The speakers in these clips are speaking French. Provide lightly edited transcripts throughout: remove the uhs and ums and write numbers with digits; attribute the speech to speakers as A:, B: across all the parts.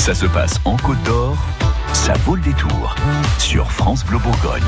A: Ça se passe en Côte d'Or, ça vaut le détour sur France Bleu Bourgogne.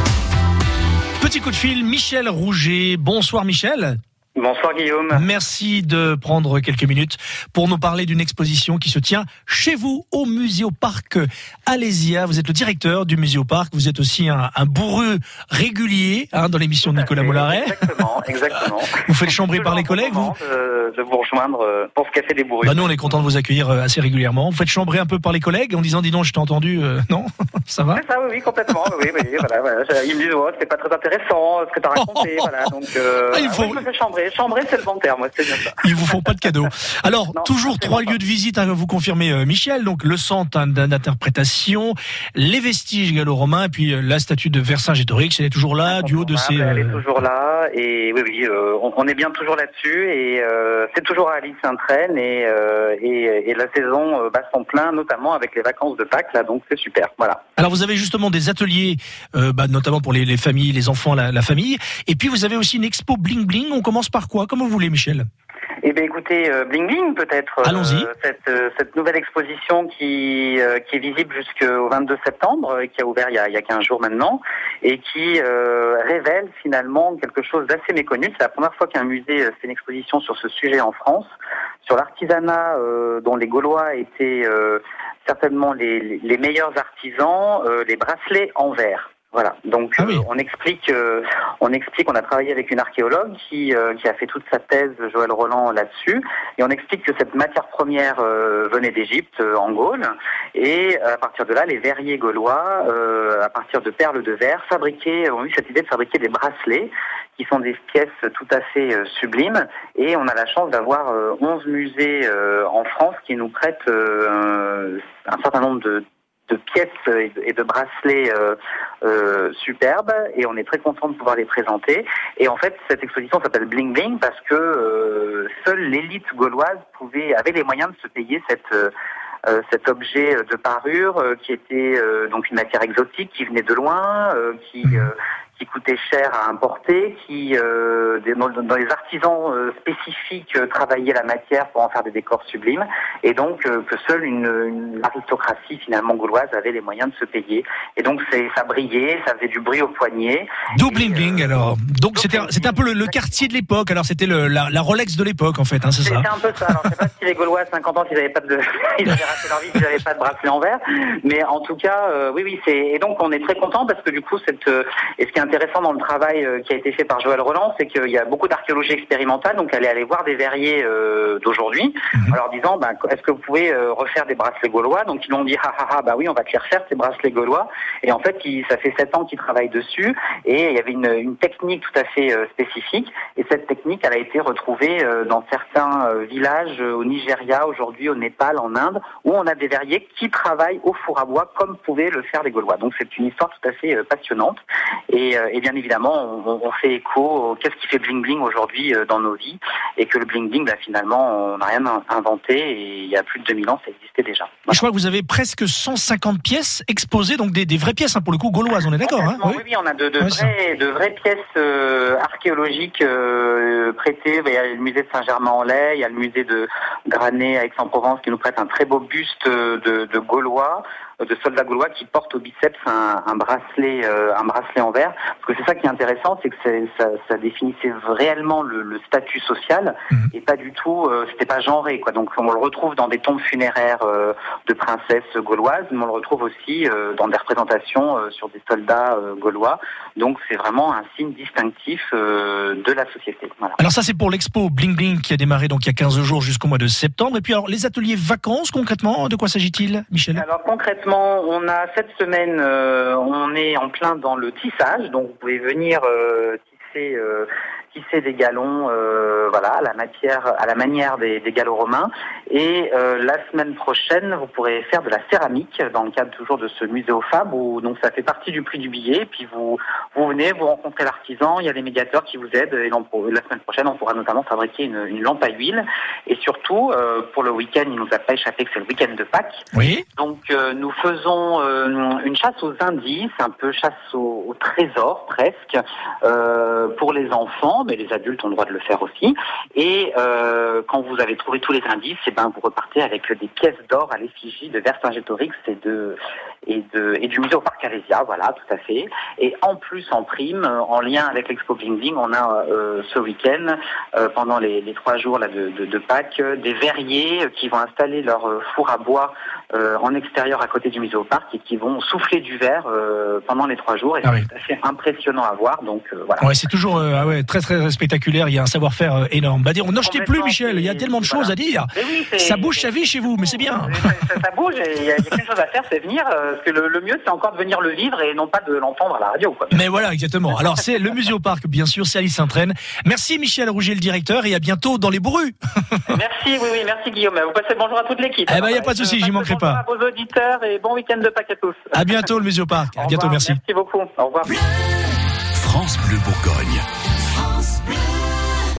B: Petit coup de fil, Michel Rouget. Bonsoir Michel.
C: Bonsoir Guillaume.
B: Merci de prendre quelques minutes pour nous parler d'une exposition qui se tient chez vous au Muséoparc Alésia. Vous êtes le directeur du Muséoparc, vous êtes aussi un bourru régulier dans l'émission de Nicolas Mollaret.
C: Exactement.
B: Vous faites chambrer par les collègues
C: de vous rejoindre pour ce café des bourrus.
B: Nous on est content de vous accueillir assez régulièrement. Vous faites chambrer un peu par les collègues en disant dis donc je t'ai entendu, non ça va?
C: Ça oui complètement. Oui, voilà. Ils me disent c'est pas très intéressant ce que tu as raconté. Voilà, donc je me fais chambrer. Chambrer, c'est le bon terme, c'est bien ça.
B: Ils vous font pas de cadeaux. Alors,
C: non,
B: toujours 3 lieux de visite, vous confirmez Michel, donc le centre d'interprétation, les vestiges gallo-romains, et puis la statue de Vercingétorix, elle est toujours là, du haut de ses...
C: Elle est toujours là, et oui, on est bien toujours là-dessus, et c'est toujours à Alix-Saint-Traine, et la saison bat son plein, notamment avec les vacances de Pâques, là, donc c'est super, voilà.
B: Alors vous avez justement des ateliers, notamment pour les familles, les enfants, la famille, et puis vous avez aussi une expo Bling Bling. On commence par quoi? Comme vous voulez, Michel.
C: Eh bien, écoutez, Bling Bling, peut-être.
B: Allons-y.
C: Cette nouvelle exposition qui est visible jusqu'au 22 septembre, qui a ouvert il y a 15 jours maintenant, et qui révèle finalement quelque chose d'assez méconnu. C'est la première fois qu'un musée fait une exposition sur ce sujet en France, sur l'artisanat dont les Gaulois étaient certainement les meilleurs artisans, les bracelets en verre. Voilà, donc on explique, on a travaillé avec une archéologue qui a fait toute sa thèse, Joël Roland, là-dessus, et on explique que cette matière première venait d'Égypte, en Gaule, et à partir de là, les verriers gaulois, à partir de perles de verre, ont eu cette idée de fabriquer des bracelets, qui sont des pièces tout à fait sublimes, et on a la chance d'avoir 11 musées en France qui nous prêtent un certain nombre de pièces et de bracelets superbes, et on est très content de pouvoir les présenter. Et en fait, cette exposition s'appelle Bling Bling parce que seule l'élite gauloise avait les moyens de se payer cet objet de parure qui était donc une matière exotique qui venait de loin, qui coûtait cher à importer, dans les artisans spécifiques travaillaient la matière pour en faire des décors sublimes, et donc que seule une aristocratie finalement gauloise avait les moyens de se payer. Et donc ça brillait, ça faisait du bruit au poignet.
B: D'où Bling Bling alors. Donc c'était un peu le quartier de l'époque. Alors c'était la Rolex de l'époque en fait, c'est ça.
C: C'était un peu ça. Alors je sais pas si les Gaulois à 50 ans ils avaient raté leur vie, ils n'avaient pas de bracelet en verre, mais en tout cas oui et donc on est très content parce que du coup et ce qui est intéressant dans le travail qui a été fait par Joël Roland, c'est qu'il y a beaucoup d'archéologie expérimentale, donc elle est allée voir des verriers d'aujourd'hui, en leur disant est-ce que vous pouvez refaire des bracelets gaulois? Donc ils l'ont dit oui, on va te les refaire ces bracelets gaulois. Et en fait ça fait 7 ans qu'ils travaillent dessus, et il y avait une technique tout à fait spécifique, et cette technique elle a été retrouvée dans certains villages au Nigeria, aujourd'hui au Népal, en Inde, où on a des verriers qui travaillent au four à bois comme pouvaient le faire les Gaulois. Donc c'est une histoire tout à fait passionnante, et bien évidemment on fait écho au qu'est-ce qui fait Bling Bling aujourd'hui dans nos vies, et que le Bling Bling finalement on n'a rien inventé, et il y a plus de 2000 ans ça existait déjà. Voilà.
B: Je crois que vous avez presque 150 pièces exposées, donc des vraies pièces pour le coup gauloises, on est d'accord
C: Oui, on a de vraies pièces archéologiques prêtées. Il y a le musée de Saint-Germain-en-Laye, il y a le musée de Graney à Aix-en-Provence qui nous prête un très beau buste de Gaulois, de soldats gaulois qui portent au biceps un bracelet en verre. Parce que c'est ça qui est intéressant, c'est que ça définissait réellement le statut social, et pas du tout, c'était pas genré, quoi. Donc on le retrouve dans des tombes funéraires de princesses gauloises, mais on le retrouve aussi dans des représentations sur des soldats gaulois. Donc c'est vraiment un signe distinctif de la société. Voilà.
B: Alors ça c'est pour l'expo Bling Bling qui a démarré donc il y a 15 jours jusqu'au mois de septembre. Et puis alors les ateliers vacances concrètement, de quoi s'agit-il, Michel?
C: Alors concrètement, on a cette semaine, on est en plein dans le tissage, donc vous pouvez venir tisser des galons, à la manière des gallo-romains. Et la semaine prochaine, vous pourrez faire de la céramique dans le cadre toujours de ce muséoFab, où donc ça fait partie du prix du billet. Puis vous venez, vous rencontrez l'artisan, il y a des médiateurs qui vous aident. Et la semaine prochaine, on pourra notamment fabriquer une lampe à huile. Et surtout, pour le week-end, il nous a pas échappé que c'est le week-end de Pâques.
B: Oui.
C: Donc nous faisons une chasse aux indices, un peu chasse au trésor presque, pour les enfants. enfants, mais les adultes ont le droit de le faire aussi. Et quand vous avez trouvé tous les indices, vous repartez avec des pièces d'or à l'effigie de Vercingétorix et du musée au parc Alésia, voilà, tout à fait. Et en plus, en prime, en lien avec l'Expo Bling Bling, on a ce week-end, pendant les 3 jours là de Pâques, des verriers qui vont installer leur four à bois en extérieur à côté du musée au parc et qui vont souffler du verre pendant les 3 jours. Et c'est assez impressionnant à voir. Donc voilà.
B: Ouais, c'est toujours très très spectaculaire. Il y a un savoir-faire énorme. On n'en jetez plus, Michel. Il y a tellement de choses à dire.
C: Oui,
B: ça bouge sa vie chez vous, mais c'est bien.
C: Ça bouge. Et il y a qu'une chose à faire, c'est venir. Parce que le mieux, c'est encore de venir le vivre et non pas de l'entendre à la radio, quoi.
B: Mais voilà, exactement. Alors c'est le musée au parc, bien sûr. C'est Alice Saint-Traine. Merci Michel Rouget, le directeur, et à bientôt dans les Bourrus.
C: Merci, merci Guillaume. Vous passez le bonjour à toute l'équipe.
B: Il n'y a pas de souci, j'y manquerai pas.
C: À vos auditeurs et bon week-end de Pâques à tous.
B: À bientôt le musée au parc. À bientôt, merci.
C: Merci beaucoup. Au revoir.
A: France Bleu Bourgogne.